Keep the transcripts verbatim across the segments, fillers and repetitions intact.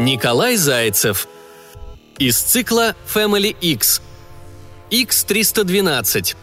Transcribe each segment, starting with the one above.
Николай Зайцев. Из цикла Family X. икс триста двенадцать.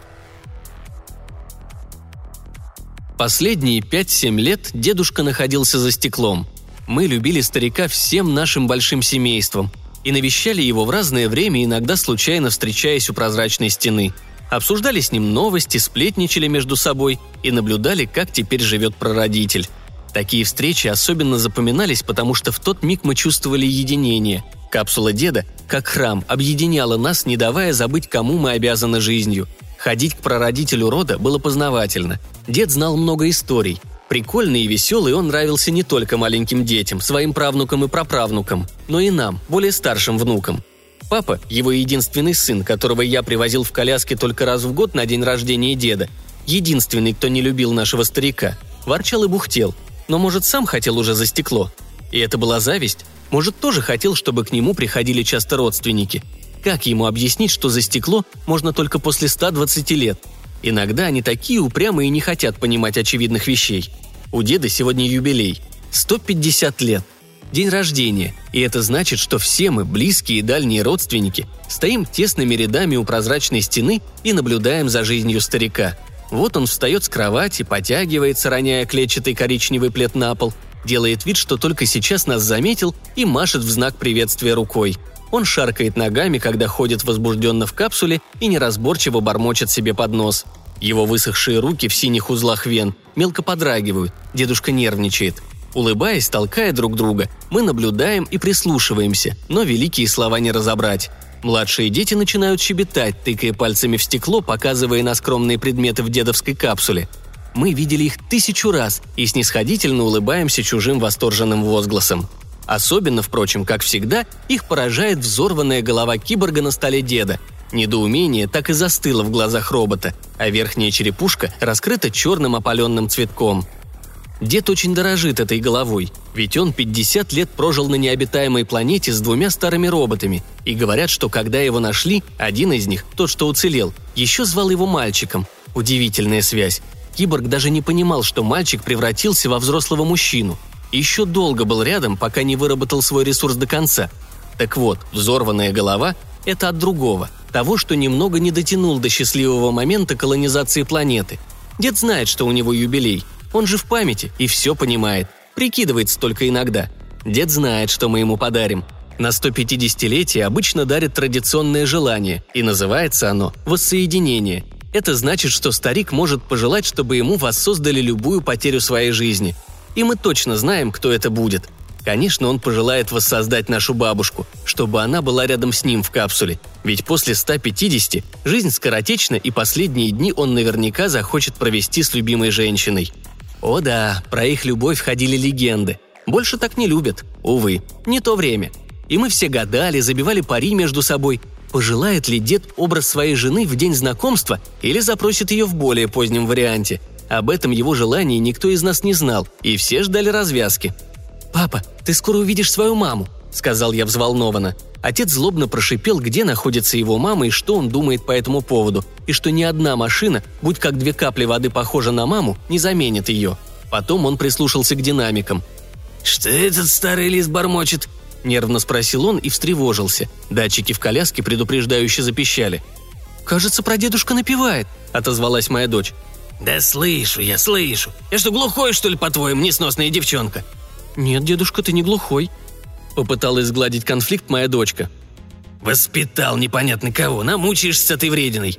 Последние пять-семь лет дедушка находился за стеклом. Мы любили старика всем нашим большим семейством и навещали его в разное время, иногда случайно встречаясь у прозрачной стены. Обсуждали с ним новости, сплетничали между собой и наблюдали, как теперь живет прародитель. Такие встречи особенно запоминались, потому что в тот миг мы чувствовали единение. Капсула деда, как храм, объединяла нас, не давая забыть, кому мы обязаны жизнью. Ходить к прародителю рода было познавательно. Дед знал много историй. Прикольный и веселый он нравился не только маленьким детям, своим правнукам и праправнукам, но и нам, более старшим внукам. Папа, его единственный сын, которого я привозил в коляске только раз в год на день рождения деда, единственный, кто не любил нашего старика, ворчал и бухтел, но, может, сам хотел уже за стекло. И это была зависть. Может, тоже хотел, чтобы к нему приходили часто родственники. Как ему объяснить, что за стекло можно только после ста двадцати лет? Иногда они такие упрямые и не хотят понимать очевидных вещей. У деда сегодня юбилей. сто пятьдесят лет. День рождения. И это значит, что все мы, близкие и дальние родственники, стоим тесными рядами у прозрачной стены и наблюдаем за жизнью старика. Вот он встает с кровати, потягивается, роняя клетчатый коричневый плед на пол, делает вид, что только сейчас нас заметил и машет в знак приветствия рукой. Он шаркает ногами, когда ходит возбужденно в капсуле и неразборчиво бормочет себе под нос. Его высохшие руки в синих узлах вен мелко подрагивают, дедушка нервничает. Улыбаясь, толкая друг друга, мы наблюдаем и прислушиваемся, но великие слова не разобрать. Младшие дети начинают щебетать, тыкая пальцами в стекло, показывая на скромные предметы в дедовской капсуле. Мы видели их тысячу раз и снисходительно улыбаемся чужим восторженным возгласом. Особенно, впрочем, как всегда, их поражает взорванная голова киборга на столе деда. Недоумение так и застыло в глазах робота, а верхняя черепушка раскрыта черным опаленным цветком. Дед очень дорожит этой головой, ведь он пятьдесят лет прожил на необитаемой планете с двумя старыми роботами, и говорят, что когда его нашли, один из них, тот, что уцелел, еще звал его мальчиком. Удивительная связь. Киборг даже не понимал, что мальчик превратился во взрослого мужчину. И еще долго был рядом, пока не выработал свой ресурс до конца. Так вот, взорванная голова – это от другого, того, что немного не дотянул до счастливого момента колонизации планеты. Дед знает, что у него юбилей. Он же в памяти и все понимает. Прикидывается только иногда. Дед знает, что мы ему подарим. На сто пятидесятилетие обычно дарят традиционное желание, и называется оно «воссоединение». Это значит, что старик может пожелать, чтобы ему воссоздали любую потерю своей жизни. И мы точно знаем, кто это будет. Конечно, он пожелает воссоздать нашу бабушку, чтобы она была рядом с ним в капсуле. Ведь после ста пятидесяти жизнь скоротечна, и последние дни он наверняка захочет провести с любимой женщиной. О да, про их любовь ходили легенды. Больше так не любят, увы, не то время. И мы все гадали, забивали пари между собой, пожелает ли дед образ своей жены в день знакомства или запросит ее в более позднем варианте. Об этом его желании никто из нас не знал, и все ждали развязки. «Папа, ты скоро увидишь свою маму», — сказал я взволнованно. Отец злобно прошипел, где находится его мама и что он думает по этому поводу, и что ни одна машина, будь как две капли воды похожа на маму, не заменит ее. Потом он прислушался к динамикам. «Что этот старый лис бормочет?» – нервно спросил он и встревожился. Датчики в коляске предупреждающе запищали. «Кажется, прадедушка напевает», – отозвалась моя дочь. «Да слышу я, слышу. Я что, глухой, что ли, по-твоему, несносная девчонка?» «Нет, дедушка, ты не глухой», – попыталась сгладить конфликт моя дочка. «Воспитал непонятно кого, намучаешься ты врединой».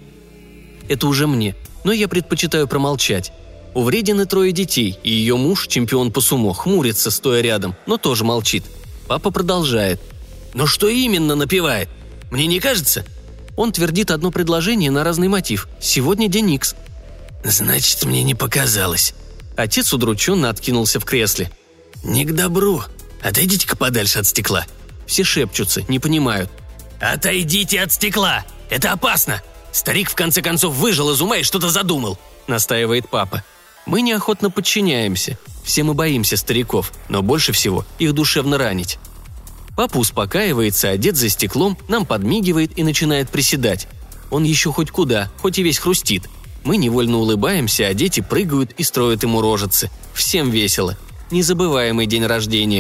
Это уже мне, но я предпочитаю промолчать. У вредины трое детей, и ее муж, чемпион по сумо, хмурится, стоя рядом, но тоже молчит. Папа продолжает. «Но что именно напевает? Мне не кажется?» Он твердит одно предложение на разный мотив. «Сегодня день Икс». «Значит, мне не показалось». Отец удрученно откинулся в кресле. «Не к добру. Отойдите-ка подальше от стекла». Все шепчутся, не понимают. «Отойдите от стекла! Это опасно! Старик в конце концов выжил из ума и что-то задумал», — настаивает папа. Мы неохотно подчиняемся. Все мы боимся стариков, но больше всего их душевно ранить. Папа успокаивается, а дед за стеклом нам подмигивает и начинает приседать. Он еще хоть куда, хоть и весь хрустит. Мы невольно улыбаемся, а дети прыгают и строят ему рожицы. Всем весело. Незабываемый день рождения.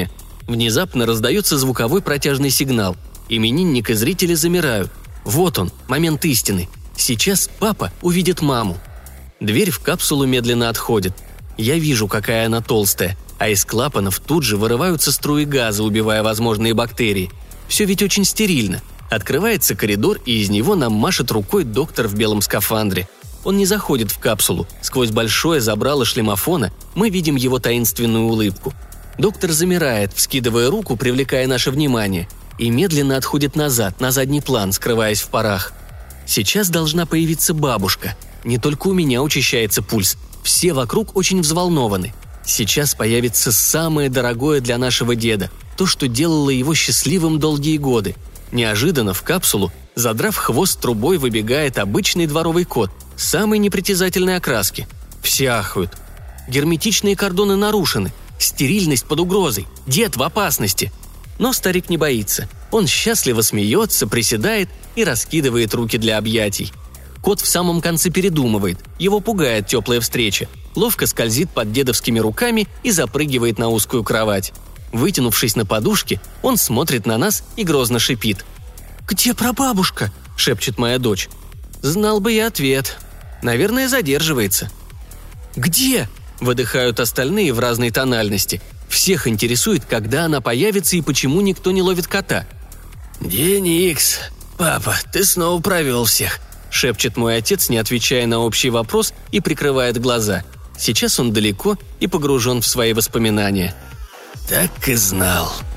Внезапно раздается звуковой протяжный сигнал. Именинник и зрители замирают. Вот он, момент истины. Сейчас папа увидит маму. Дверь в капсулу медленно отходит. Я вижу, какая она толстая, а из клапанов тут же вырываются струи газа, убивая возможные бактерии. Все ведь очень стерильно. Открывается коридор, и из него нам машет рукой доктор в белом скафандре. Он не заходит в капсулу. Сквозь большое забрало шлемофона мы видим его таинственную улыбку. Доктор замирает, вскидывая руку, привлекая наше внимание, и медленно отходит назад, на задний план, скрываясь в парах. Сейчас должна появиться бабушка. Не только у меня учащается пульс. Все вокруг очень взволнованы. Сейчас появится самое дорогое для нашего деда, то, что делало его счастливым долгие годы. Неожиданно в капсулу, задрав хвост трубой, выбегает обычный дворовый кот, самой непритязательной окраски. Все ахают. Герметичные кордоны нарушены. Стерильность под угрозой. Дед в опасности. Но старик не боится. Он счастливо смеется, приседает и раскидывает руки для объятий. Кот в самом конце передумывает. Его пугает теплая встреча. Ловко скользит под дедовскими руками и запрыгивает на узкую кровать. Вытянувшись на подушке, он смотрит на нас и грозно шипит. «Где прабабушка?» – шепчет моя дочь. Знал бы я ответ. Наверное, задерживается. «Где?» – выдыхают остальные в разной тональности. Всех интересует, когда она появится и почему никто не ловит кота. «День икс. Папа, ты снова провел всех», – шепчет мой отец, не отвечая на общий вопрос и прикрывает глаза. Сейчас он далеко и погружен в свои воспоминания. «Так и знал»,